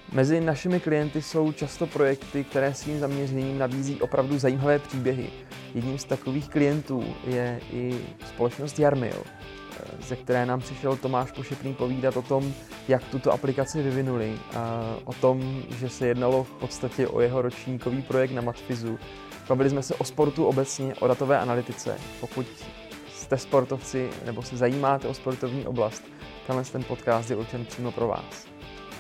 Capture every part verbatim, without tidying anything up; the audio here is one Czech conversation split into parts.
Mezi našimi klienty jsou často projekty, které svým zaměřením nabízí opravdu zajímavé příběhy. Jedním z takových klientů je i společnost Jarmil, ze které nám přišel Tomáš Pošepný povídat o tom, jak tuto aplikaci vyvinuli, a o tom, že se jednalo v podstatě o jeho ročníkový projekt na Matfizu. Bavili jsme se o sportu obecně, o datové analytice. Pokud jste sportovci nebo se zajímáte o sportovní oblast, tenhle ten podcast je určen přímo pro vás.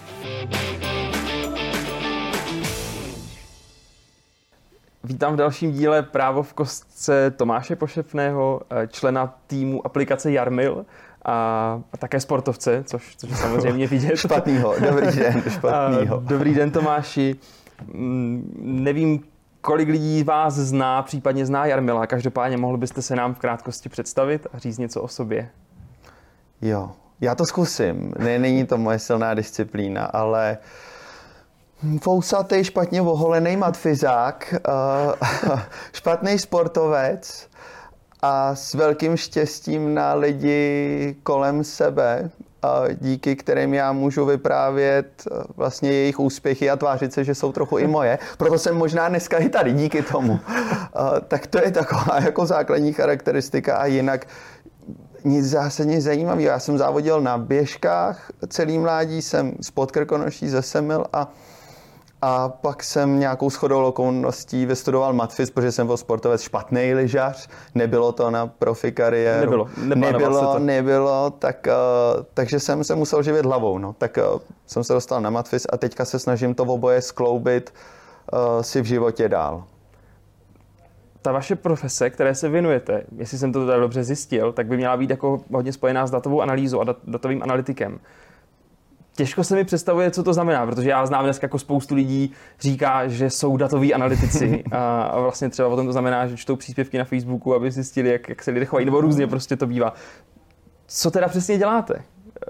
Vítám v dalším díle Právo v kostce Tomáše Pošepného, člena týmu aplikace Jarmil a, a také sportovce, což, což je samozřejmě vidět. Špatnýho, dobrý den, špatnýho. Dobrý den, Tomáši. Nevím, kolik lidí vás zná, případně zná Jarmila. Každopádně mohli byste se nám v krátkosti představit a říct něco o sobě. Jo, já to zkusím. Ne, není to moje silná disciplína, ale fousatý, špatně oholený matfizák, špatný sportovec a s velkým štěstím na lidi kolem sebe, díky kterým já můžu vyprávět vlastně jejich úspěchy a tvářit se, že jsou trochu i moje. Proto jsem možná dneska i tady, díky tomu. Tak to je taková jako základní charakteristika a jinak nic zásadně zajímavého. Já jsem závodil na běžkách celý mládí, jsem z Podkrkonoší ze Semil a A pak jsem nějakou shodou okolností vystudoval Matfiz, protože jsem byl sportovec špatný lyžař. Nebylo to na profi kariéru. Nebylo. Nebylo, to. nebylo, tak, uh, takže jsem se musel živit hlavou. No. Tak uh, jsem se dostal na Matfiz a teďka se snažím to oboje skloubit uh, si v životě dál. Ta vaše profese, které se věnujete, jestli jsem to tady dobře zjistil, tak by měla být jako hodně spojená s datovou analýzou a dat- datovým analytikem. Těžko se mi představuje, co to znamená, protože já znám dneska jako spoustu lidí říká, že jsou datoví analytici a, a vlastně třeba potom to znamená, že čtou příspěvky na Facebooku, aby zjistili, jak, jak se lidé chovají, nebo různě prostě to bývá. Co teda přesně děláte?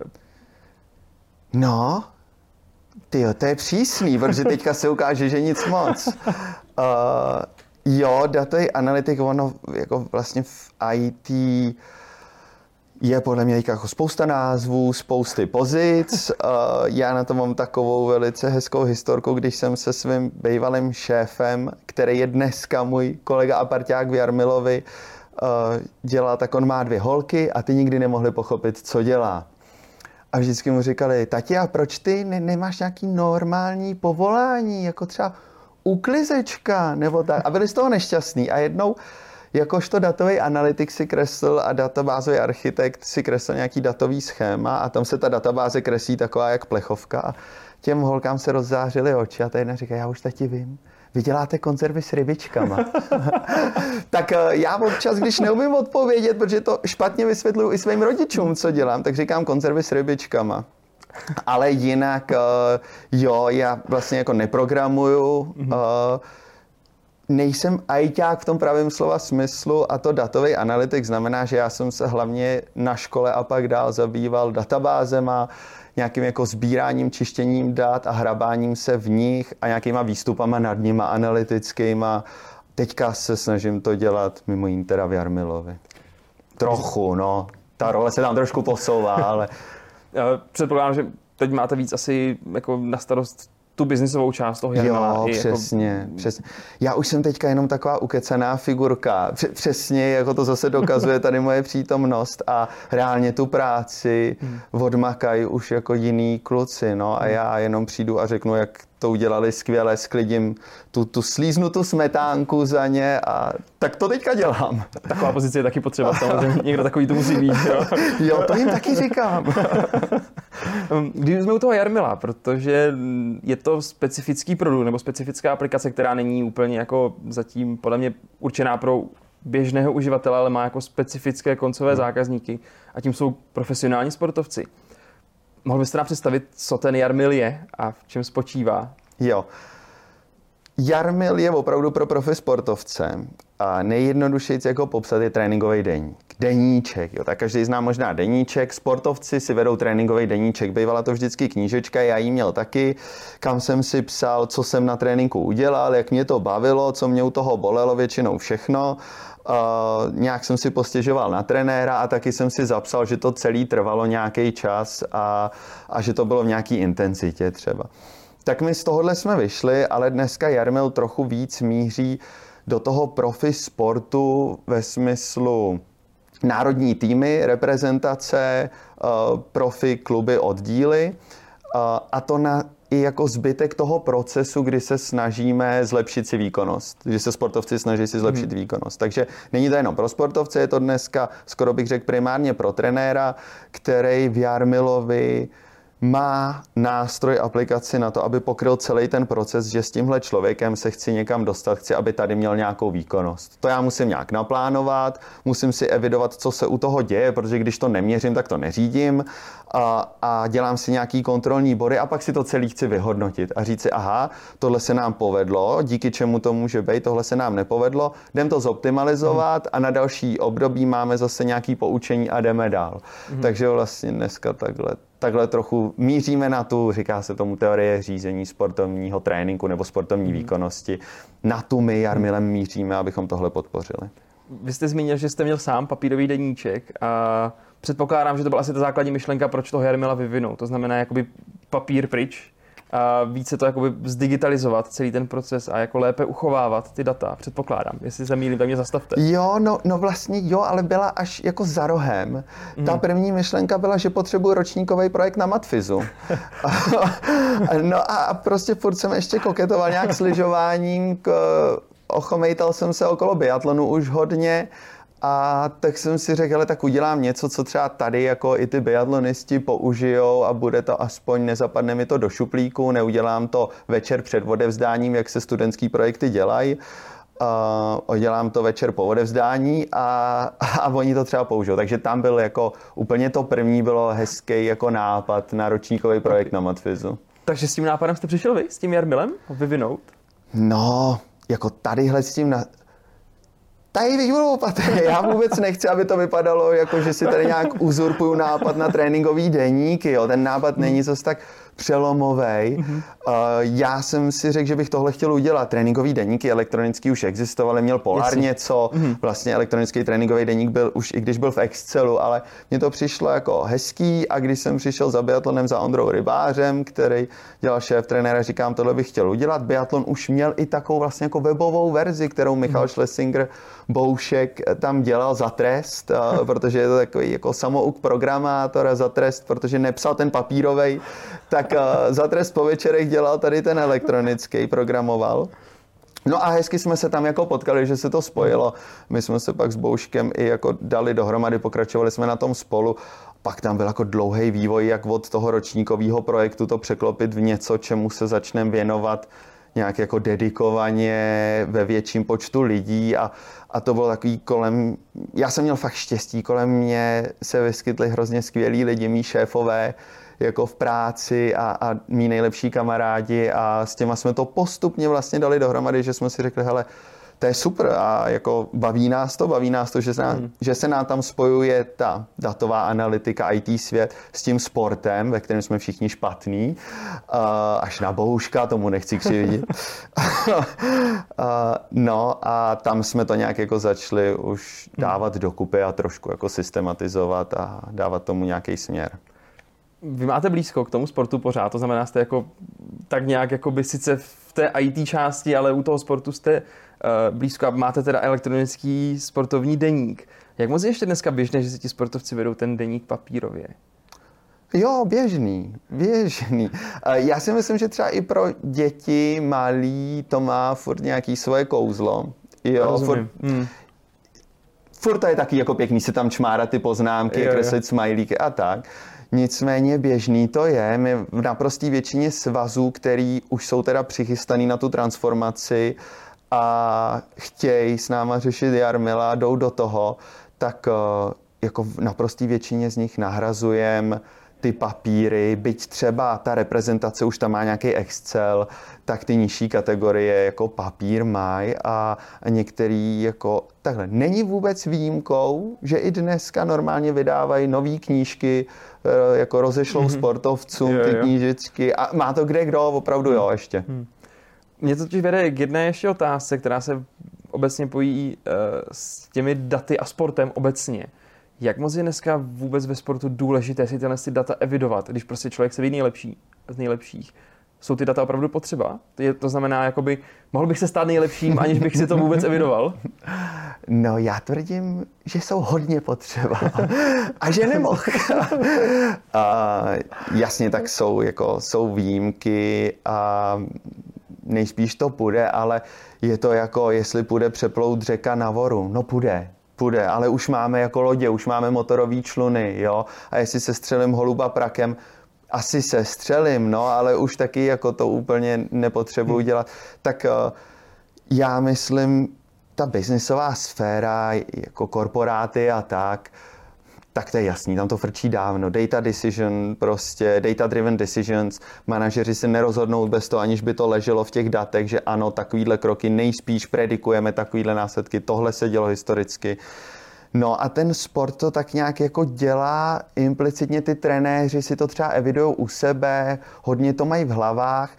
No, tyjo, to je přísný, protože teďka se ukáže, že nic moc. Uh, jo, datový analytik, ono jako vlastně v í té je podle mě jako spousta názvů, spousty pozic. Já na to mám takovou velice hezkou historku, když jsem se svým bývalým šéfem, který je dneska můj kolega a parťák v Jarmilovi, dělal, tak on má dvě holky a ty nikdy nemohli pochopit, co dělá. A vždycky mu říkali, tati, a proč ty ne- nemáš nějaký normální povolání, jako třeba uklizečka, nebo tak. A byli z toho nešťastní. A jednou jakožto datový analytik si kreslil a databázový architekt si kreslil nějaký datový schéma a tam se ta databáze kreslí taková jak plechovka a těm holkám se rozzářily oči a ta jedna říká, já už tati vím, vy děláte konzervy s rybičkama. Tak já občas, když neumím odpovědět, protože to špatně vysvětluju i svým rodičům, co dělám, tak říkám konzervy s rybičkama. Ale jinak, jo, já vlastně jako neprogramuju, mm-hmm. Nejsem ajťák v tom pravém slova smyslu a to datový analytik znamená, že já jsem se hlavně na škole a pak dál zabýval databázema, nějakým jako sbíráním, čištěním dat a hrabáním se v nich a nějakýma výstupama nad nima analytickýma. Teďka se snažím to dělat mimo jiné teda v Jarmilovi. Trochu, no. Ta role se tam trošku posouvá, ale... Předpokládám, že teď máte víc asi jako na starost tu biznisovou část toho Jarmila. Jo, přesně, jako... přesně. Já už jsem teďka jenom taková ukecená figurka. Přesně, jako to zase dokazuje tady moje přítomnost a reálně tu práci hmm. odmakají už jako jiný kluci, no a já jenom přijdu a řeknu, jak to udělali skvěle, sklidím tu, tu slíznu tu smetánku za ně a tak to teďka dělám. Taková pozice je taky potřeba, samozřejmě někdo takový to musí mít. Jo, jo to jim taky říkám. Když jsme u toho Jarmila, protože je to specifický produkt nebo specifická aplikace, která není úplně jako zatím podle mě určená pro běžného uživatele, ale má jako specifické koncové zákazníky a tím jsou profesionální sportovci. Mohl byste nám představit, co ten Jarmil je a v čem spočívá? Jo. Jarmil je opravdu pro profi sportovce a nejjednodušeji jako popsat je tréninkový deník. Deníček, jo, tak každý zná možná deníček, sportovci si vedou tréninkový deníček, bývala to vždycky knížečka, já ji měl taky, kam jsem si psal, co jsem na tréninku udělal, jak mě to bavilo, co mě u toho bolelo, většinou všechno. Uh, nějak jsem si postěžoval na trenéra a taky jsem si zapsal, že to celý trvalo nějaký čas a, a že to bylo v nějaký intenzitě třeba. Tak my z tohohle jsme vyšli, ale dneska Jarmil trochu víc míří do toho profi sportu ve smyslu národní týmy, reprezentace, profi kluby, oddíly a to na i jako zbytek toho procesu, kdy se snažíme zlepšit si výkonnost, kdy se sportovci snaží si zlepšit hmm. výkonnost. Takže není to jenom pro sportovce, je to dneska, skoro bych řekl, primárně pro trenéra, který v Jarmilovi má nástroj, aplikaci na to, aby pokryl celý ten proces, že s tímhle člověkem se chci někam dostat, chci, aby tady měl nějakou výkonnost. To já musím nějak naplánovat, musím si evidovat, co se u toho děje, protože když to neměřím, tak to neřídím a, a dělám si nějaký kontrolní body a pak si to celý chci vyhodnotit a říct si, aha, tohle se nám povedlo, díky čemu to může být, tohle se nám nepovedlo, jdem to zoptimalizovat hmm. a na další období máme zase nějaký poučení a jdeme dál. Hmm. Takže vlastně dneska takhle Takhle trochu míříme na tu, říká se tomu teorie řízení sportovního tréninku nebo sportovní hmm. výkonnosti. Na tu my Jarmilem míříme, abychom tohle podpořili. Vy jste zmínil, že jste měl sám papírový deníček a předpokládám, že to byla asi ta základní myšlenka, proč toho Jarmila vyvinout. To znamená jakoby papír pryč a více to jakoby zdigitalizovat celý ten proces a jako lépe uchovávat ty data, předpokládám. Jestli se mýlím, tak mě zastavte. Jo, no, no vlastně jo, ale byla až jako za rohem. Mm. Ta první myšlenka byla, že potřebuji ročníkový projekt na matfizu. No a prostě furt jsem ještě koketoval nějak s lyžováním, k, ochomejtal jsem se okolo biatlonu už hodně. A tak jsem si řekl, ale tak udělám něco, co třeba tady jako i ty biatlonisti použijou a bude to aspoň, nezapadne mi to do šuplíku, neudělám to večer před odevzdáním, jak se studentský projekty dělají. Uh, dělám to večer po odevzdání a, a oni to třeba použijou. Takže tam byl jako úplně to první bylo hezký jako nápad na ročníkový projekt na matfizu. Takže s tím nápadem jste přišel vy, s tím Jarmilem, vyvinout? No, jako tadyhle s tím... Na... Tady bych byl opatrný. Já vůbec nechci, aby to vypadalo, jako že si tady nějak uzurpuju nápad na tréninkový deníky. Jo. Ten nápad není zase tak přelomovej. Mm-hmm. Uh, já jsem si řekl, že bych tohle chtěl udělat. Tréninkový deníky elektronický už existovaly, měl Polar Jasně. něco. Mm-hmm. Vlastně elektronický tréninkový deník byl už, i když byl v Excelu, ale mně to přišlo jako hezký a když jsem přišel za biatlonem za Ondrou Rybářem, který dělal šéf trenéra, říkám, tohle bych chtěl udělat. Biatlon už měl i takovou vlastně jako webovou verzi, kterou Michal mm-hmm. Schlesinger Boušek tam dělal za trest, uh, protože je to takový jako samouk programátor a za trest, protože nepsal ten papírovej, tak uh, za trest po večerech dělal tady ten elektronický, programoval. No a hezky jsme se tam jako potkali, že se to spojilo. My jsme se pak s Bouškem i jako dali dohromady, pokračovali jsme na tom spolu. Pak tam byl jako dlouhý vývoj, jak od toho ročníkového projektu to překlopit v něco, čemu se začneme věnovat nějak jako dedikovaně ve větším počtu lidí a, a to bylo takový kolem, já jsem měl fakt štěstí, kolem mě se vyskytli hrozně skvělí lidi, mý šéfové jako v práci a, a mý nejlepší kamarádi a s těma jsme to postupně vlastně dali dohromady, že jsme si řekli, hele, to je super a jako baví nás to, baví nás to, že se, nám, hmm. že se nám tam spojuje ta datová analytika, í té svět s tím sportem, ve kterém jsme všichni špatní, uh, až na Bouška, tomu nechci křivdit. uh, no a tam jsme to nějak jako začali už dávat dokupy a trošku jako systematizovat a dávat tomu nějaký směr. Vy máte blízko k tomu sportu pořád, to znamená, jste jako tak nějak jako by sice v té í té části, ale u toho sportu jste uh, blízko a máte teda elektronický sportovní deník. Jak moc je ještě dneska běžné, že si ti sportovci vedou ten deník papírově? Jo, běžný, běžný. Já si myslím, že třeba i pro děti malý to má furt nějaký svoje kouzlo. Jo, furt, hmm. furt to je taky jako pěkný si tam čmárat ty poznámky, jo, kreslit smajlíky a tak. Nicméně běžný to je. My v naprosté většině svazů, který už jsou teda přichystaný na tu transformaci a chtějí s náma řešit Jarmila, jdou do toho, tak jako v naprosté většině z nich nahrazujeme ty papíry, byť třeba ta reprezentace už tam má nějaký Excel, tak ty nižší kategorie jako papír mají a, a některý jako takhle. Není vůbec výjimkou, že i dneska normálně vydávají nové knížky, jako rozešlou mm-hmm. sportovcům jo, ty jo. knížičky a má to kde kdo, opravdu jo ještě. Hmm. Mě to totiž vede k jedné ještě otázce, která se obecně pojí uh, s těmi daty a sportem obecně. Jak moc je dneska vůbec ve sportu důležité si tyhle data evidovat, když prostě člověk se ví nejlepší z nejlepších? jsou ty data opravdu potřeba? Je, to znamená, jakoby, mohl bych se stát nejlepším, aniž bych si to vůbec evidoval? No já tvrdím, že jsou hodně potřeba a že nemohl. A jasně, tak jsou, jako, jsou výjimky a nejspíš to půjde, ale je to jako, jestli půjde přeplout řeka na Voru. No půjde. Půjde, ale už máme jako lodě, už máme motorové čluny, jo. A jestli se střelím holuba prakem, asi se střelím, no, ale už taky jako to úplně nepotřebuji dělat. Tak já myslím, ta biznisová sféra, jako korporáty a tak, tak to je jasný, tam to frčí dávno. Data decision, prostě data driven decisions, manažeři se nerozhodnou bez toho, aniž by to leželo v těch datech, že ano, takovýhle kroky nejspíš predikujeme, takovýhle následky, tohle se dělo historicky. No a ten sport to tak nějak jako dělá implicitně, ty trenéři si to třeba evidujou u sebe, hodně to mají v hlavách,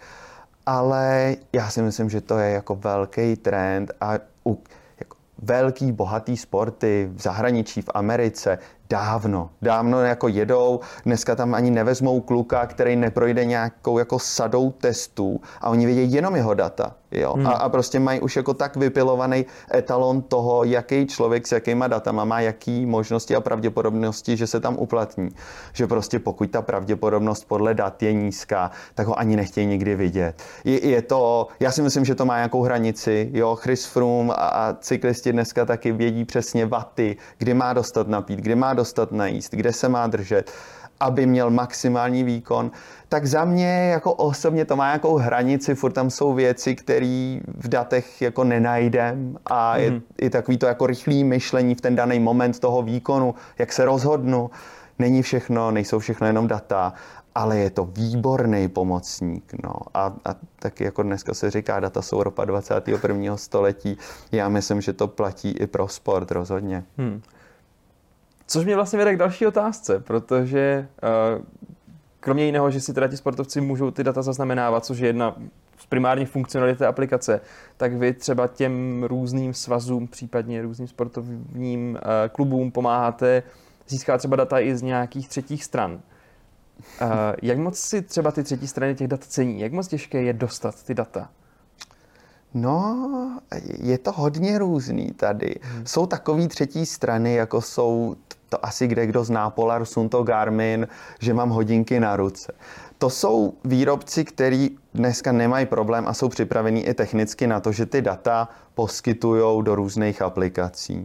ale já si myslím, že to je jako velký trend a u jako velký, bohatý sporty v zahraničí, v Americe, dávno, dávno jako jedou, dneska tam ani nevezmou kluka, který neprojde nějakou jako sadou testů a oni vědí jenom jeho data, jo, hmm. a, a prostě mají už jako tak vypilovaný etalon toho, jaký člověk s jakýma datama má jaký možnosti a pravděpodobnosti, že se tam uplatní, že prostě pokud ta pravděpodobnost podle dat je nízká, tak ho ani nechtějí nikdy vidět. Je, je to, já si myslím, že to má nějakou hranici, jo, Chris Froome a, a cyklisti dneska taky vědí přesně vaty, kdy má dostat napít, kdy má dostat najíst, kde se má držet, aby měl maximální výkon, tak za mě jako osobně to má nějakou hranici, furt tam jsou věci, které v datech jako nenajdem a je mm. i takový to jako rychlý myšlení v ten daný moment toho výkonu, jak se rozhodnu. Není všechno, nejsou všechno jenom data, ale je to výborný pomocník. No. A, a taky jako dneska se říká, data jsou ropa dvacátého prvního století. Já myslím, že to platí i pro sport rozhodně. Hmm. Což mě vlastně vede k další otázce, protože uh, kromě jiného, že si teda ti sportovci můžou ty data zaznamenávat, což je jedna z primárních funkcionalit té aplikace, tak vy třeba těm různým svazům, případně různým sportovním uh, klubům pomáháte získat třeba data i z nějakých třetích stran. Uh, jak moc si třeba ty třetí strany těch dat cení? Jak moc těžké je dostat ty data? No, je to hodně různý tady. Hmm. Jsou takový třetí strany, jako jsou to asi kde kdo zná Polar, Sunto, Garmin, že mám hodinky na ruce. To jsou výrobci, kteří dneska nemají problém a jsou připravení i technicky na to, že ty data poskytujou do různých aplikací.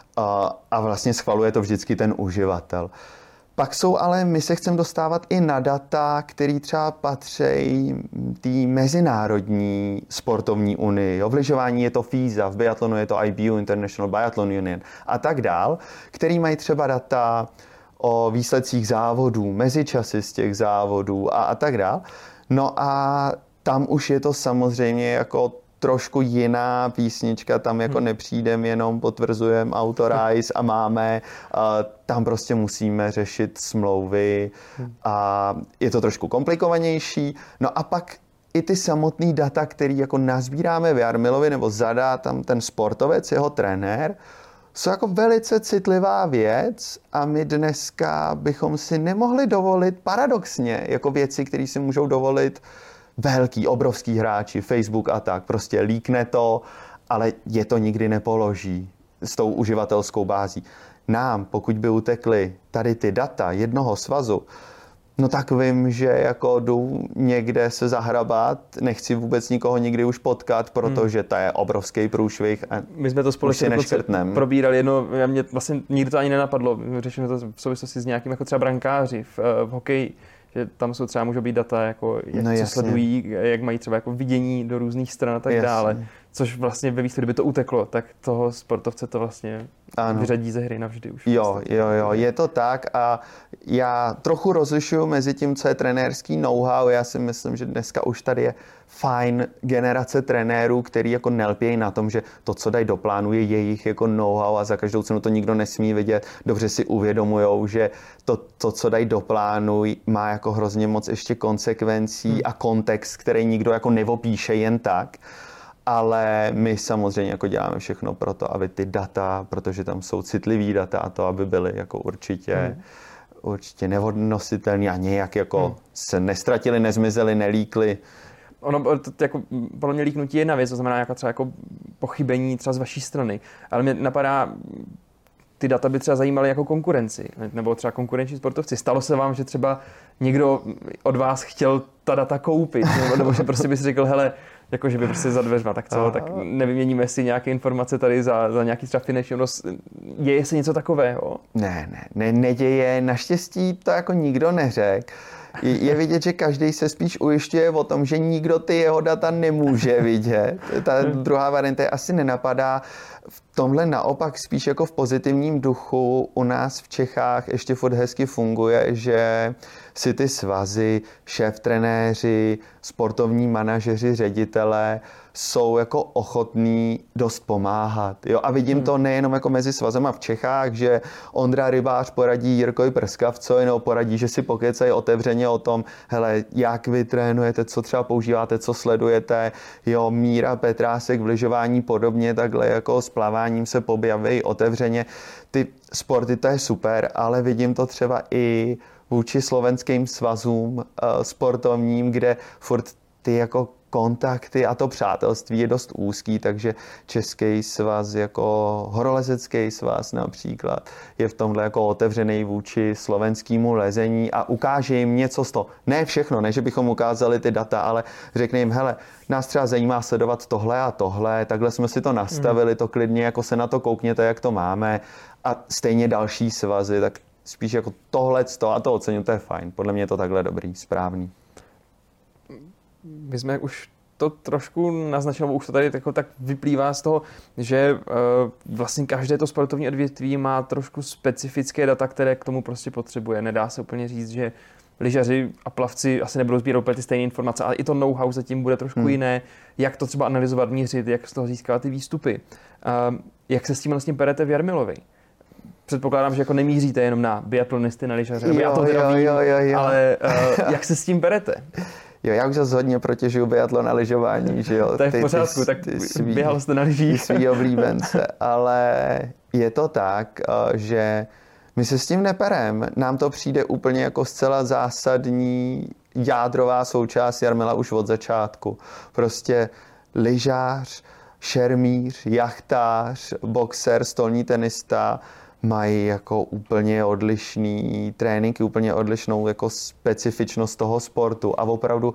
A, a vlastně schvaluje to vždycky ten uživatel. Pak jsou ale, my se chceme dostávat i na data, které třeba patří té mezinárodní sportovní unii. Jo, v lyžování je to FISA, v biatlonu je to I B U, International Biathlon Union a tak dál, který mají třeba data o výsledcích závodů, mezičasy z těch závodů a, a tak dál. No a tam už je to samozřejmě jako trošku jiná písnička, tam jako hmm. nepřijdem, jenom potvrzujeme autorize a máme, a tam prostě musíme řešit smlouvy hmm. a je to trošku komplikovanější. No a pak i ty samotný data, který jako nazbíráme v Jarmilovi nebo zadá tam ten sportovec, jeho trenér, jsou jako velice citlivá věc a my dneska bychom si nemohli dovolit paradoxně jako věci, které si můžou dovolit velký, obrovský hráči, Facebook a tak, prostě líkne to, ale je to nikdy nepoloží s tou uživatelskou bází. Nám, pokud by utekly tady ty data jednoho svazu, no tak vím, že jako jdu někde se zahrabat, nechci vůbec nikoho nikdy už potkat, protože hmm. to je obrovský průšvih a my jsme to společně probírali jedno, mě vlastně nikdy to ani nenapadlo, řešíme to v souvislosti s nějakým jako třeba brankáři v, v hokeji, že tam jsou třeba můžou být data, jako jak no, co sledují, jak mají třeba jako vidění do různých stran a tak jasně. dále. Což vlastně ve výsledku, kdyby to uteklo, tak toho sportovce to vlastně ano. vyřadí ze hry navždy už. Jo, jo, jo, je to tak a já trochu rozlišuju mezi tím, co je trenérský know-how. Já si myslím, že dneska už tady je fajn generace trenérů, který jako nelpějí na tom, že to, co dají do plánu, je jejich jako know-how a za každou cenu to nikdo nesmí vidět. Dobře si uvědomujou, že to, to co dají do plánu, má jako hrozně moc ještě konsekvencí hmm. a kontext, který nikdo jako nevopíše jen tak. Ale my samozřejmě jako děláme všechno pro to, aby ty data, protože tam jsou citlivý data, a to, aby byly jako určitě, hmm. určitě neodnositelný a nějak jako hmm. se nestratili, nezmizeli, nelíkli. Ono, to, to jako, podle mě líknutí je jedna věc, to znamená jako třeba jako pochybení třeba z vaší strany, ale mě napadá, ty data by třeba zajímaly jako konkurenci, nebo třeba konkurenční sportovci. Stalo se vám, že třeba někdo od vás chtěl ta data koupit, nebo, nebo že prostě by si řekl, hele, jako že by prostě za dveřma, tak co, tak nevyměníme si nějaké informace tady za, za nějaký třeba finanční obnos. Děje se něco takového? Ne, ne, ne, neděje, naštěstí to jako nikdo neřekl. Je vidět, že každý se spíš ujišťuje o tom, že nikdo ty jeho data nemůže vidět. Ta druhá varianta je asi nenapadá. V tomhle naopak spíš jako v pozitivním duchu u nás v Čechách ještě furt hezky funguje, že si ty svazy, šéftrenéři, sportovní manažeři, ředitelé jsou jako ochotní dost pomáhat. Jo? A vidím hmm. to nejenom jako mezi svazema v Čechách, že Ondra Rybář poradí Jirkovi Prskavcovi, nebo poradí, že si pokecají otevřeně o tom, hele, jak vy trénujete, co třeba používáte, co sledujete. Jo, Míra Petrásek v lyžování podobně, takhle jako s plaváním se pobjaví otevřeně. Ty sporty, to je super, ale vidím to třeba i vůči slovenským svazům uh, sportovním, kde furt ty jako kontakty a to přátelství je dost úzký, takže Český svaz jako horolezecký svaz například je v tomhle jako otevřený vůči slovenskému lezení a ukáže jim něco z toho. Ne všechno, ne, že bychom ukázali ty data, ale řekne jim, hele, nás třeba zajímá sledovat tohle a tohle, takhle jsme si to nastavili, to klidně jako se na to koukněte, jak to máme a stejně další svazy, tak spíš jako tohleto a to ocením, to je fajn. Podle mě je to takhle dobrý, správný. My jsme už to trošku naznačili, už to tady jako tak vyplývá z toho, že uh, vlastně každé to sportovní odvětví má trošku specifické data, které k tomu prostě potřebuje. Nedá se úplně říct, že lyžaři a plavci asi nebudou sbírat úplně ty stejné informace, ale i to know-how zatím bude trošku hmm. jiné, jak to třeba analyzovat, mířit, jak z toho získávat ty výstupy. Uh, jak se s tím vlastně perete v Jarmilovi? Předpokládám, že jako nemíříte jenom na biatlonisty, na lyžaře, jo, já to teda jo, vím, jo, jo, jo. ale uh, jak se s tím perete? Jo, já už zase hodně protěžuju biatlon a lyžování, že jo. To je v pořádku, ty, tak ty svý, běhal jste na lyžích. Svý oblíbence, ale je to tak, že my se s tím neperem. Nám to přijde úplně jako zcela zásadní jádrová součást Jarmila už od začátku. Prostě lyžář, šermíř, jachtář, boxer, stolní tenista mají jako úplně odlišný tréninky, úplně odlišnou jako specifičnost toho sportu a opravdu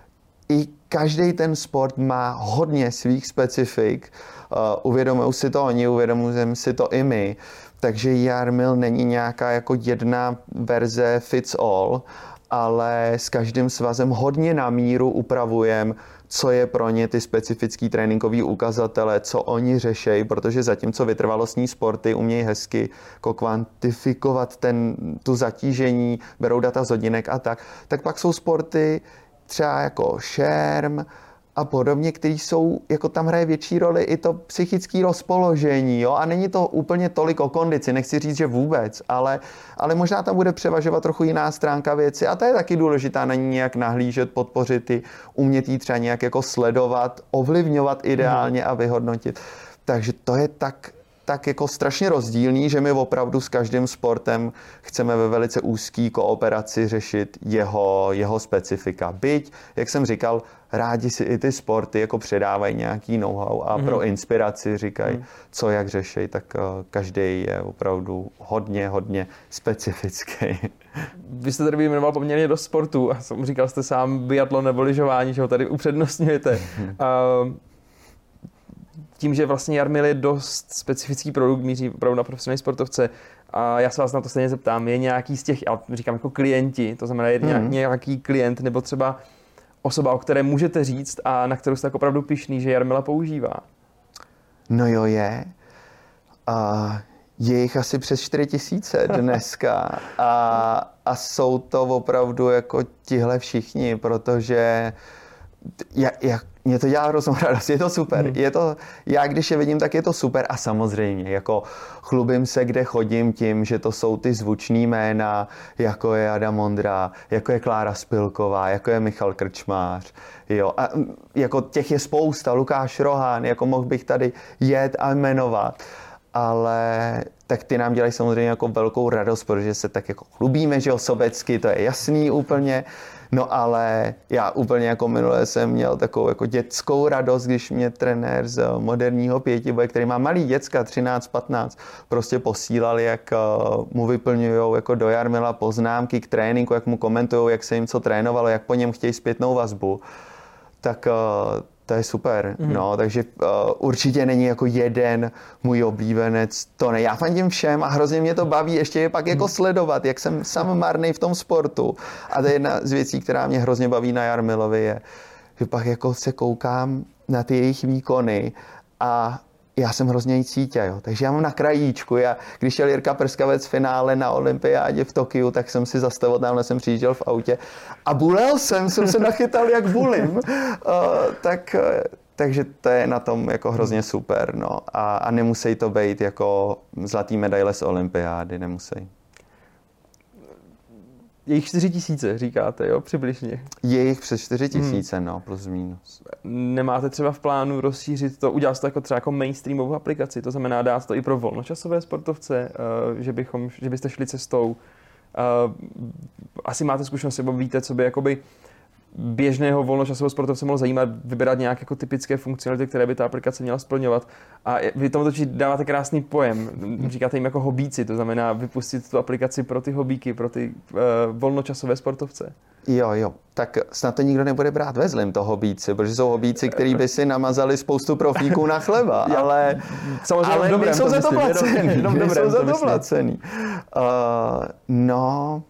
i každý ten sport má hodně svých specifik. Uh, uvědomují si to oni, uvědomujeme si to i my. Takže Jarmil není nějaká jako jedna verze fits all, ale s každým svazem hodně na míru upravujeme, co je pro ně ty specifický tréninkový ukazatele, co oni řešejí, protože zatímco vytrvalostní sporty umějí hezky jako kvantifikovat ten, tu zatížení, berou data z hodinek a tak, tak pak jsou sporty třeba jako šerm a podobně, který jsou, jako tam hraje větší roli i to psychické rozpoložení, jo, a není to úplně tolik o kondici, nechci říct, že vůbec, ale, ale možná tam bude převažovat trochu jiná stránka věci a ta je taky důležitá, na ní nějak nahlížet, podpořit i, umět jí třeba nějak jako sledovat, ovlivňovat ideálně a vyhodnotit. Takže to je tak, tak jako strašně rozdílný, že my opravdu s každým sportem chceme ve velice úzký kooperaci řešit jeho, jeho specifika. Byť, jak jsem říkal, rádi si i ty sporty jako předávají nějaký know-how a mm. pro inspiraci říkají, mm. co jak řeší, tak uh, každý je opravdu hodně, hodně specifický. Vy jste tady vyjmenoval poměrně dost sportů a říkal jste sám biatlon nebo lyžování, že ho tady upřednostňujete. uh, Tím, že vlastně Jarmil je dost specifický produkt, míří opravdu na profesionální sportovce. A já se vás na to stejně zeptám, je nějaký z těch, já říkám jako klienti, to znamená je hmm. nějaký klient nebo třeba osoba, o které můžete říct a na kterou jste tak opravdu pyšný, že Jarmila používá? No jo, je. A je jich asi přes čtyři tisíce dneska a, a jsou to opravdu jako tihle všichni, protože jak, jak mě to dělá hroznou radost, je to super. Hmm. Je to, já když je vidím, tak je to super a samozřejmě, jako chlubím se, kde chodím tím, že to jsou ty zvučný jména, jako je Adam Ondra, jako je Klára Spilková, jako je Michal Krčmář, jo, a jako těch je spousta, Lukáš Rohán, jako mohl bych tady jet a jmenovat. ale tak ty nám dělají samozřejmě jako velkou radost, protože se tak jako chlubíme, že jo, sobecky, to je jasný úplně. No ale já úplně jako minule jsem měl takovou jako dětskou radost, když mě trenér z moderního pětiboje, který má malý děcka, třináct patnáct, prostě posílal, jak mu vyplňujou jako do Jarmila poznámky k tréninku, jak mu komentujou, jak se jim co trénovalo, jak po něm chtějí zpětnou vazbu. Tak to je super, mm. no, takže uh, určitě není jako jeden můj oblíbenec, to ne, já fandím všem a hrozně mě to baví ještě je pak jako sledovat, jak jsem sám marnej v tom sportu a to je jedna z věcí, která mě hrozně baví na Jarmilovi je, že pak jako se koukám na ty jejich výkony a já jsem hrozně jí cítě, jo. Takže já mám na krajíčku. Já, když šel Jirka Prskavec v finále na olympiádě v Tokiu, tak jsem si zastavil, tamhle jsem přijížděl v autě a bulel jsem, jsem se nachytal jak bulim. Uh, tak, takže to je na tom jako hrozně super. No. A, a nemusí to být jako zlatý medaile z olympiády, nemusí. Je jich čtyři tisíce, říkáte, jo, přibližně. Je jich přes čtyři tisíce, hmm. no, plus minus. Nemáte třeba v plánu rozšířit to, udělat to jako třeba jako mainstreamovou aplikaci, to znamená dát to i pro volnočasové sportovce, uh, že, bychom, že byste šli cestou. Uh, asi máte zkušenost, nebo víte, co by jakoby běžného volnočasového sportovce mohlo zajímat, vybrat nějaké jako typické funkcionality, které by ta aplikace měla splňovat. A vy tomu totiž dáváte krásný pojem. Říkáte jim jako hobíci, to znamená vypustit tu aplikaci pro ty hobíky, pro ty uh, volnočasové sportovce. Jo, jo. Tak snad to nikdo nebude brát ve zlým, to hobíci, protože jsou hobíci, kteří by si namazali spoustu profíků na chleba, já, ale, samozřejmě ale dobrém, nejsou za to placený. Nejsou za to placený. Uh, no...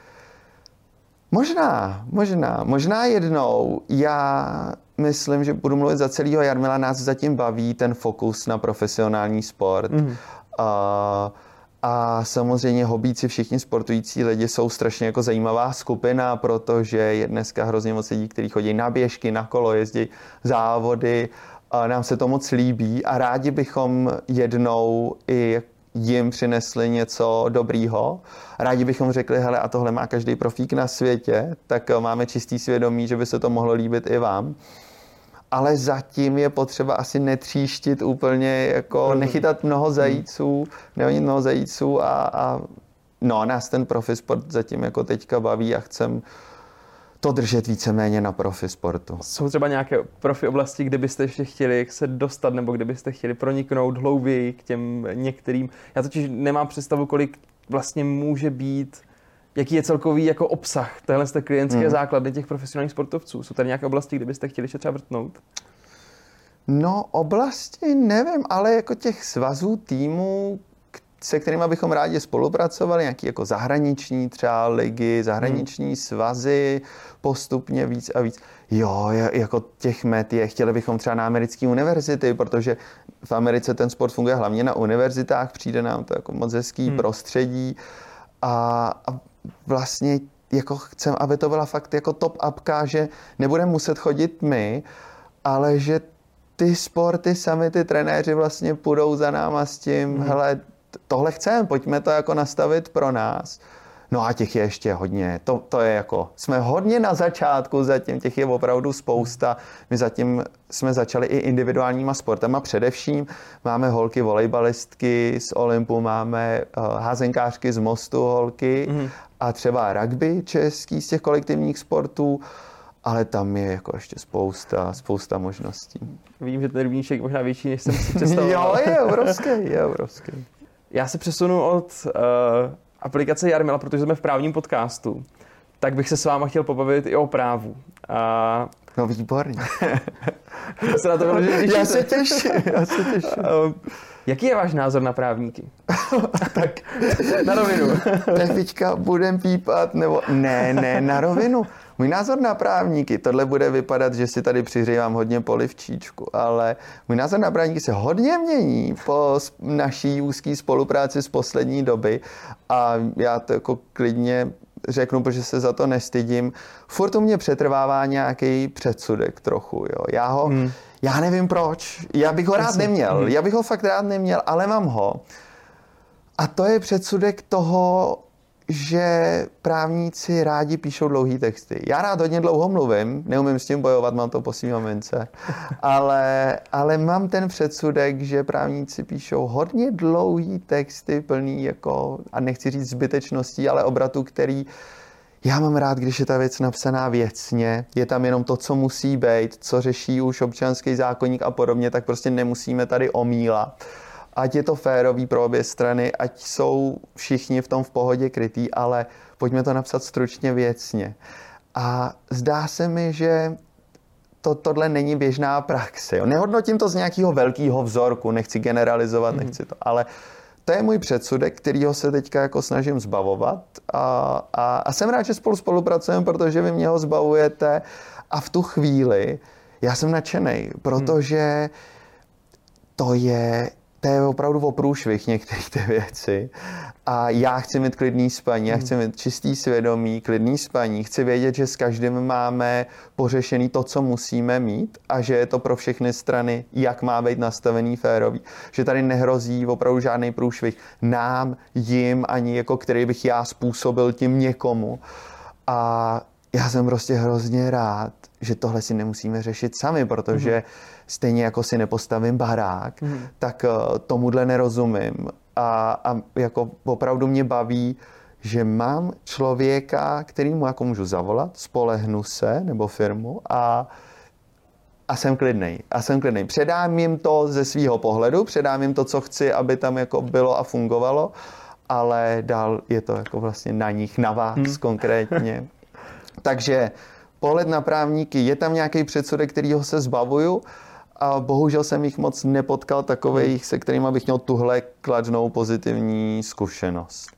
Možná, možná, možná jednou. Já myslím, že budu mluvit za celého Jarmila, nás zatím baví ten fokus na profesionální sport. Mm. Uh, a samozřejmě hobíci, všichni sportující lidi jsou strašně jako zajímavá skupina, protože je dneska hrozně moc lidí, kteří chodí na běžky, na kolo, jezdí závody. Uh, nám se to moc líbí a rádi bychom jednou i jim přinesli něco dobrýho. Rádi bychom řekli, hele, a tohle má každý profík na světě, tak máme čistý svědomí, že by se to mohlo líbit i vám. Ale zatím je potřeba asi netříštit úplně, jako nechytat mnoho zajíců, neonit mnoho zajíců a, a no, nás ten profisport zatím jako teďka baví a chcem to držet víceméně na profisportu. Jsou třeba nějaké profi oblasti, kde byste ještě chtěli se dostat, nebo kde byste chtěli proniknout hlouběji k těm některým? Já totiž nemám představu, kolik vlastně může být, jaký je celkový jako obsah téhle té klientské hmm. základny těch profesionálních sportovců. Jsou tady nějaké oblasti, kde byste chtěli ještě třeba vrtnout? No, oblasti nevím, ale jako těch svazů týmů, se kterými bychom rádi spolupracovali, nějaký jako zahraniční třeba ligy, zahraniční hmm. svazy, postupně víc a víc. Jo, jako těch met je, chtěli bychom třeba na americké univerzity, protože v Americe ten sport funguje hlavně na univerzitách, přijde nám to jako moc hezký hmm. prostředí a, a vlastně jako chcem, aby to byla fakt jako top apka, že nebudeme muset chodit my, ale že ty sporty sami, ty trenéři vlastně půjdou za náma s tím, hmm. hele, tohle chceme, pojďme to jako nastavit pro nás. No a těch je ještě hodně. To, to je jako, jsme hodně na začátku zatím, těch je opravdu spousta. My zatím jsme začali i individuálníma sportama především. Máme holky volejbalistky z Olympu, máme uh, házenkářky z Mostu holky mm. a třeba rugby český z těch kolektivních sportů. Ale tam je jako ještě spousta, spousta možností. Vidím, že ten rybníček je možná větší, než jsem si představoval. Jo, je obrovský, je obrovský. Já se přesunu od uh, aplikace Jarmila, protože jsme v právním podcastu, tak bych se s váma chtěl pobavit i o právu. Uh, no výborně. se na to bylo, že já se těším, já se těším. Uh, jaký je váš názor na právníky? Tak na rovinu. Tak teďka budem pípat, nebo ne, ne, na rovinu. Můj názor na právníky, tohle bude vypadat, že si tady přihřívám hodně polivčíčku, ale můj názor na právníky se hodně mění po naší úzké spolupráci z poslední doby a já to jako klidně řeknu, protože se za to nestydím. Furt u mě přetrvává nějaký předsudek trochu, jo. Já ho, hmm. já nevím proč, já bych ho rád neměl, hmm. já bych ho fakt rád neměl, ale mám ho. A to je předsudek toho, že právníci rádi píšou dlouhý texty. Já rád hodně dlouho mluvím, neumím s tím bojovat, mám to po svým mamince, ale, ale mám ten předsudek, že právníci píšou hodně dlouhý texty plný jako, a nechci říct zbytečností, ale obratů, který já mám rád, když je ta věc napsaná věcně, je tam jenom to, co musí být, co řeší už občanský zákoník a podobně, tak prostě nemusíme tady omílat. Ať je to férový pro obě strany, ať jsou všichni v tom v pohodě krytý, ale pojďme to napsat stručně věcně. A zdá se mi, že to, tohle není běžná praxe. Jo. Nehodnotím to z nějakého velkého vzorku, nechci generalizovat, mm. nechci to, ale to je můj předsudek, kterýho se teďka jako snažím zbavovat a, a, a jsem rád, že spolu spolupracujeme, protože vy mě ho zbavujete a v tu chvíli já jsem nadšenej, protože to je To je opravdu o průšvih některých ty věci. A já chci mít klidný spaní, já chci mít čistý svědomí, klidný spaní. Chci vědět, že s každým máme pořešený to, co musíme mít a že je to pro všechny strany, jak má být nastavený férový. Že tady nehrozí opravdu žádný průšvih nám, jim, ani jako který bych já způsobil tím někomu. A já jsem prostě hrozně rád, že tohle si nemusíme řešit sami, protože mm-hmm. stejně jako si nepostavím barák, mm-hmm. tak uh, tomuhle nerozumím. A, a jako opravdu mě baví, že mám člověka, kterýmu jako můžu zavolat, spolehnu se, nebo firmu a, a jsem klidnej. A jsem klidnej. Předám jim to ze svýho pohledu, předám jim to, co chci, aby tam jako bylo a fungovalo, ale dál je to jako vlastně na nich, na vás mm. konkrétně. Takže pohled na právníky, je tam nějaký předsudek, kterýho se zbavuju a bohužel jsem jich moc nepotkal takových, se kterými bych měl tuhle kladnou pozitivní zkušenost.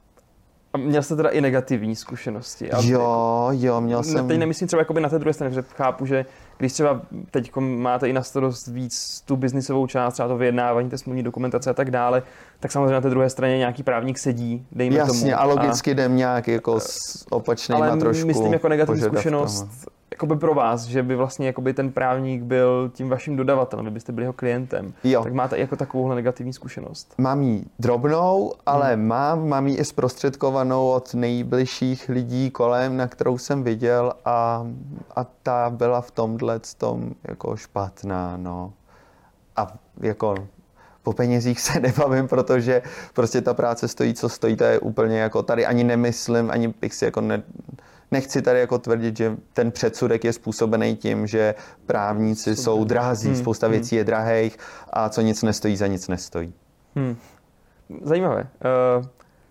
A měl jste teda i negativní zkušenosti? Jo, jo, měl jsem... Teď nemyslím třeba jakoby na té druhé straně, že chápu, že když třeba teď máte i na starost víc tu biznisovou část, třeba to vyjednávání, té smluvní dokumentace a tak dále, tak samozřejmě na té druhé straně nějaký právník sedí, dejme Jasně, tomu. Jasně, a logicky jdem nějak jako s opačnýma ale trošku myslím jako negativní požadavkama. Zkušenost jakoby pro vás, že by vlastně jakoby ten právník byl tím vaším dodavatelem, kdybyste byli jeho klientem. Jo. Tak máte i jako takovouhle negativní zkušenost. Mám ji drobnou, ale hmm. mám, mám ji i zprostředkovanou od nejbližších lidí kolem, na kterou jsem viděl a, a ta byla v tomhle tom jako špatná, no. A jako po penězích se nebavím, protože prostě ta práce stojí, co stojí, to je úplně jako tady ani nemyslím, ani bych si jako ne, nechci tady jako tvrdit, že ten předsudek je způsobený tím, že právníci jsou, jsou drazí, hmm. spousta hmm. věcí je drahých a co nic nestojí, za nic nestojí. Hmm. Zajímavé. Uh,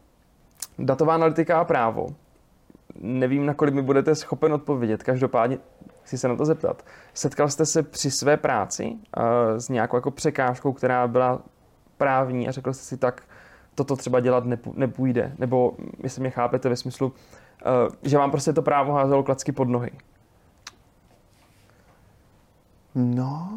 datová analytika a právo. Nevím, nakolik mi budete schopen odpovědět. Každopádně chci se na to zeptat. Setkal jste se při své práci uh, s nějakou jako překážkou, která byla právní a řekl jste si tak, toto třeba dělat nepůjde? Nebo jestli mě chápete ve smyslu, uh, že vám prostě to právo házelo klacky pod nohy? No,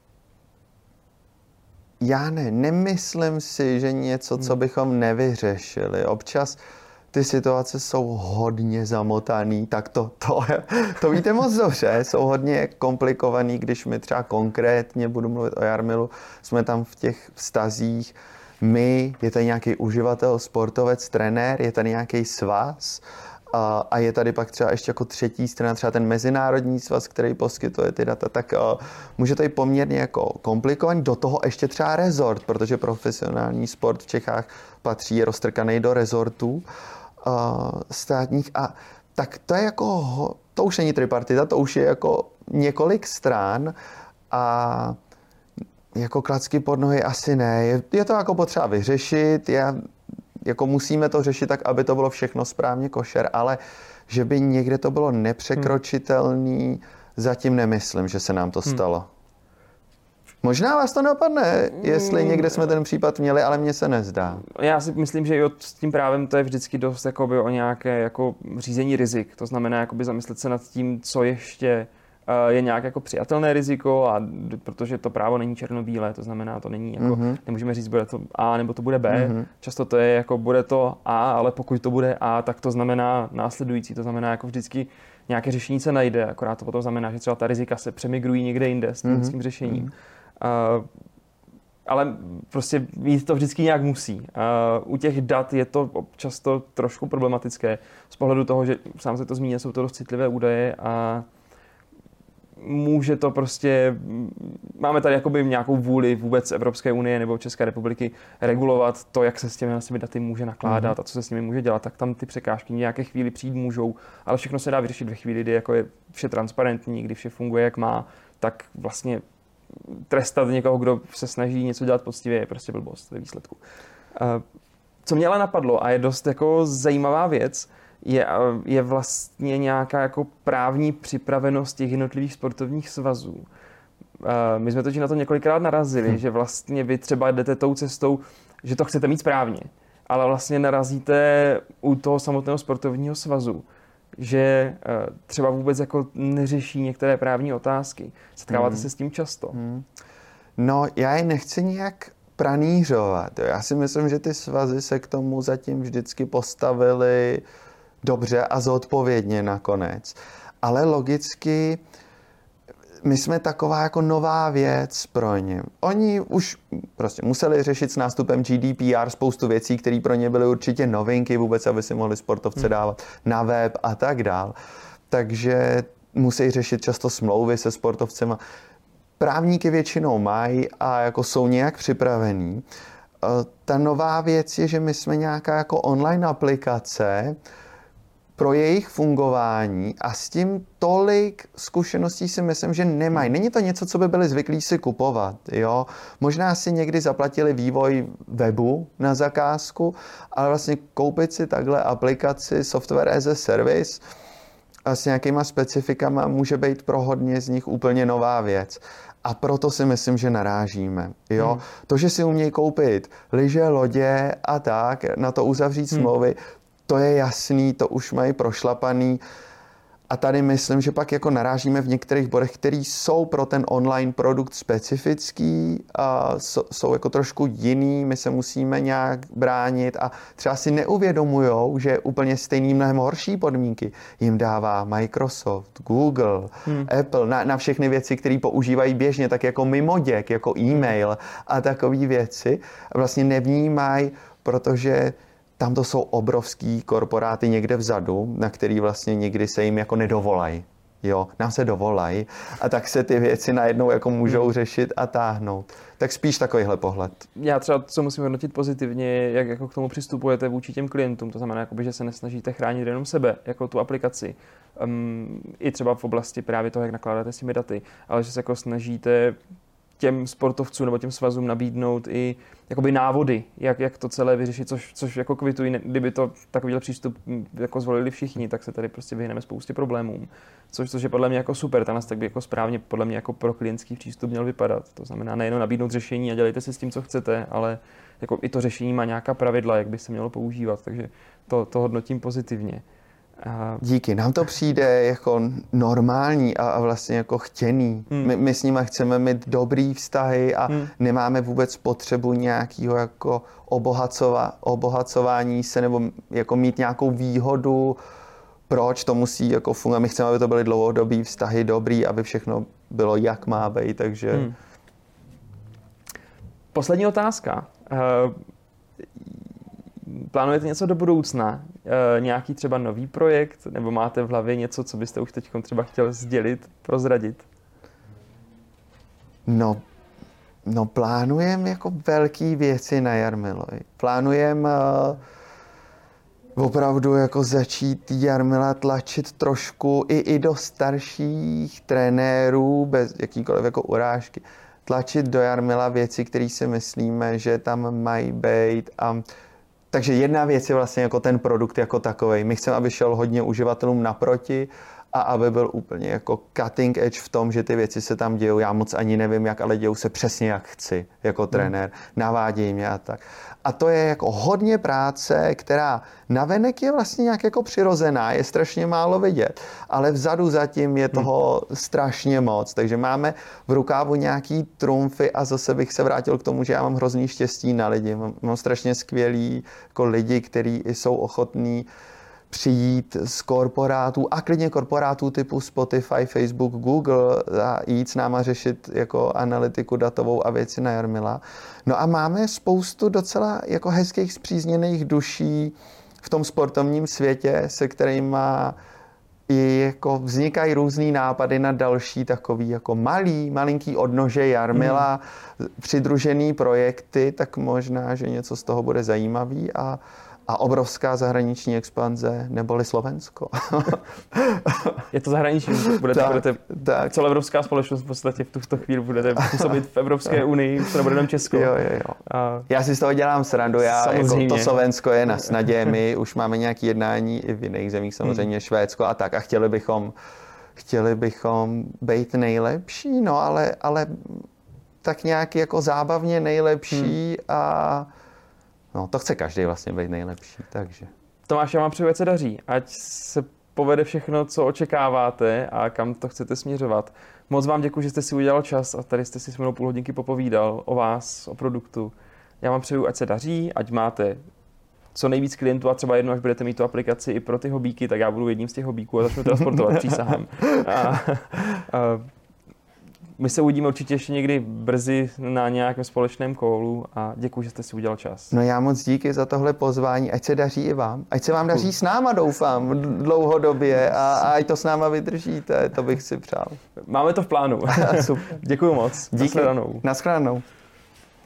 já ne, nemyslím si, že něco, co bychom nevyřešili. Občas ty situace jsou hodně zamotaný, tak to, to, to víte moc dobře, jsou hodně komplikovaný, když my třeba konkrétně, budu mluvit o Jarmilu, jsme tam v těch vztazích, my, je tady nějaký uživatel, sportovec, trenér, je tady nějaký svaz a, a je tady pak třeba ještě jako třetí strana, třeba ten mezinárodní svaz, který poskytuje ty data, tak a, může to být poměrně jako komplikovaný, do toho ještě třeba rezort, protože profesionální sport v Čechách patří, je roztrkaný do rezortů státních a tak to je jako, to už není tripartita, to už je jako několik stran a jako klacky pod nohy asi ne. Je, je to jako potřeba vyřešit, je, jako musíme to řešit tak, aby to bylo všechno správně košer, ale že by někde to bylo nepřekročitelný, hmm. zatím nemyslím, že se nám to stalo. Hmm. Možná vás to napadne, jestli někde jsme ten případ měli, ale mně se nezdá. Já si myslím, že i s tím právem to je vždycky dost jakoby o nějaké jako řízení rizik. To znamená jakoby zamyslet se nad tím, co ještě je nějak jako přijatelné riziko, a protože to právo není černobílé, to znamená, to není jako, mm-hmm. nemůžeme říct, bude to A nebo to bude B. Mm-hmm. Často to je jako, bude to A, ale pokud to bude A, tak to znamená následující. To znamená, jako vždycky nějaké řešení se najde, akorát to potom znamená, že třeba ta rizika se přemigrují někde jinde s tím, mm-hmm. s tím řešením. Mm-hmm. Uh, ale prostě mít to vždycky nějak musí. U těch dat je to často trošku problematické z pohledu toho, že sám se to zmínil, jsou to dost citlivé údaje a může to prostě, máme tady jakoby nějakou vůli vůbec Evropské unie nebo České republiky regulovat to, jak se s těmi, s těmi daty může nakládat mm. a co se s nimi může dělat, tak tam ty překážky nějaké chvíli přijít můžou, ale všechno se dá vyřešit ve chvíli, kdy jako je vše transparentní, kdy vše funguje jak má, tak vlastně trestat někoho, kdo se snaží něco dělat poctivě, je prostě blbost ve výsledku. Co mě ale napadlo a je dost jako zajímavá věc, je, je vlastně nějaká jako právní připravenost těch jednotlivých sportovních svazů. My jsme totiž na to několikrát narazili, hmm. že vlastně vy třeba jdete tou cestou, že to chcete mít správně, ale vlastně narazíte u toho samotného sportovního svazu, že třeba vůbec jako neřeší některé právní otázky. Setkáváte hmm. se s tím často? Hmm. No, já je nechci nějak pranířovat. Já si myslím, že ty svazy se k tomu zatím vždycky postavily dobře a zodpovědně nakonec. Ale logicky my jsme taková jako nová věc pro ně. Oni už prostě museli řešit s nástupem G D P R spoustu věcí, které pro ně byly určitě novinky, vůbec aby si mohli sportovce dávat na web a tak dál. Takže musí řešit často smlouvy se sportovcema. Právníky většinou mají a jako jsou nějak připravení. Ta nová věc je, že my jsme nějaká jako online aplikace pro jejich fungování a s tím tolik zkušeností si myslím, že nemají. Není to něco, co by byli zvyklí si kupovat. Jo? Možná si někdy zaplatili vývoj webu na zakázku, ale vlastně koupit si takhle aplikaci software as a service a s nějakýma specifikama může být pro hodně z nich úplně nová věc. A proto si myslím, že narážíme. Jo? Hmm. To, že si umějí koupit lyže, lodě a tak, na to uzavřít smlouvy, hmm. to je jasný, to už mají prošlapaný. A tady myslím, že pak jako narážíme v některých bodech, které jsou pro ten online produkt specifický, a jsou jako trošku jiný, my se musíme nějak bránit a třeba si neuvědomujou, že úplně stejný mnohem horší podmínky jim dává Microsoft, Google, hmm. Apple, na, na všechny věci, které používají běžně, tak jako mimoděk, jako e-mail a takové věci. Vlastně nevnímají, protože tam to jsou obrovský korporáty někde vzadu, na který vlastně někdy se jim jako nedovolají. Jo, nám se dovolají a tak se ty věci najednou jako můžou hmm. řešit a táhnout. Tak spíš takovýhle pohled. Já třeba, co musím hodnotit pozitivně, jak jako k tomu přistupujete vůči těm klientům, to znamená, jakoby, že se nesnažíte chránit jenom sebe, jako tu aplikaci, um, i třeba v oblasti právě toho, jak nakládáte s těmi daty, ale že se jako snažíte těm sportovcům nebo těm svazům nabídnout i jakoby návody, jak, jak to celé vyřešit, což, což jako kvituji, kdyby to takovýhle přístup jako zvolili všichni, tak se tady prostě vyhneme spoustě problémům. Což, což je podle mě jako super, ta nás tak by jako správně podle mě jako pro klientský přístup měl vypadat. To znamená nejenom nabídnout řešení a dělejte si s tím, co chcete, ale jako i to řešení má nějaká pravidla, jak by se mělo používat, takže to, to hodnotím pozitivně. Díky, nám to přijde jako normální a, a vlastně jako chtěný. Hmm. My, my s nimi chceme mít dobrý vztahy a hmm. nemáme vůbec potřebu nějakého jako obohacova, obohacování se nebo jako mít nějakou výhodu, proč to musí jako fungovat. My chceme, aby to byly dlouhodobý vztahy, dobrý, aby všechno bylo jak má být, takže... Hmm. Poslední otázka. Uh... Plánujete něco do budoucna? E, nějaký třeba nový projekt? Nebo máte v hlavě něco, co byste už teď třeba chtěl sdělit, prozradit? No, no plánujeme jako velký věci na Jarmilovi. Plánujeme uh, opravdu jako začít Jarmila tlačit trošku i, i do starších trenérů, bez jakýkoliv jako urážky. Tlačit do Jarmila věci, které si myslíme, že tam mají být a takže jedna věc je vlastně jako ten produkt jako takovej. My chceme, aby šel hodně uživatelům naproti a aby byl úplně jako cutting edge v tom, že ty věci se tam dějou. Já moc ani nevím, jak, ale dějou se přesně jak chci jako trenér. Navádějí mě a tak. A to je jako hodně práce, která navenek je vlastně nějak jako přirozená, je strašně málo vidět, ale vzadu zatím je toho hmm. strašně moc. Takže máme v rukávu nějaký trumfy a zase bych se vrátil k tomu, že já mám hrozný štěstí na lidi. Mám, mám strašně skvělý jako lidi, kteří jsou ochotní přijít z korporátů a klidně korporátů typu Spotify, Facebook, Google a jít s náma řešit jako analytiku datovou a věci na Jarmila. No a máme spoustu docela jako hezkých spřízněných duší v tom sportovním světě, se kterýma i jako vznikají různý nápady na další takový jako malý, malinký odnože Jarmila, mm. přidružený projekty, tak možná, že něco z toho bude zajímavý a a obrovská zahraniční expanze, neboli Slovensko. Je to zahraniční, budete, tak, budete tak. Celoevropská společnost v podstatě v tuto chvíli budete působit v Evropské unii, to nebude jenom Česko. Jo, jo, jo. A já si z toho dělám srandu, já, jako to Slovensko je na snadě, my už máme nějaké jednání i v jiných zemích, samozřejmě hmm. Švédsko a tak a chtěli bychom, chtěli bychom být nejlepší, no ale, ale tak nějak jako zábavně nejlepší hmm. a no, to chce každý vlastně být nejlepší, takže. Tomáš, já vám přeju, ať se daří, ať se povede všechno, co očekáváte a kam to chcete směřovat. Moc vám děkuji, že jste si udělal čas a tady jste si s mnou půl hodinky popovídal o vás, o produktu. Já vám přeju, ať se daří, ať máte co nejvíc klientů a třeba jednou, až budete mít tu aplikaci i pro ty hobíky, tak já budu jedním z těch hobíků a začnu teda sportovat, přísahám. A, a, My se uvidíme určitě ještě někdy brzy na nějakém společném kolu a děkuji, že jste si udělal čas. No já moc díky za tohle pozvání, ať se daří i vám. Ať se vám daří s náma, doufám, dlouhodobě a, a ať to s náma vydržíte, to bych si přál. Máme to v plánu. Super. Děkuji moc. Díky. Nashledanou. Nashledanou.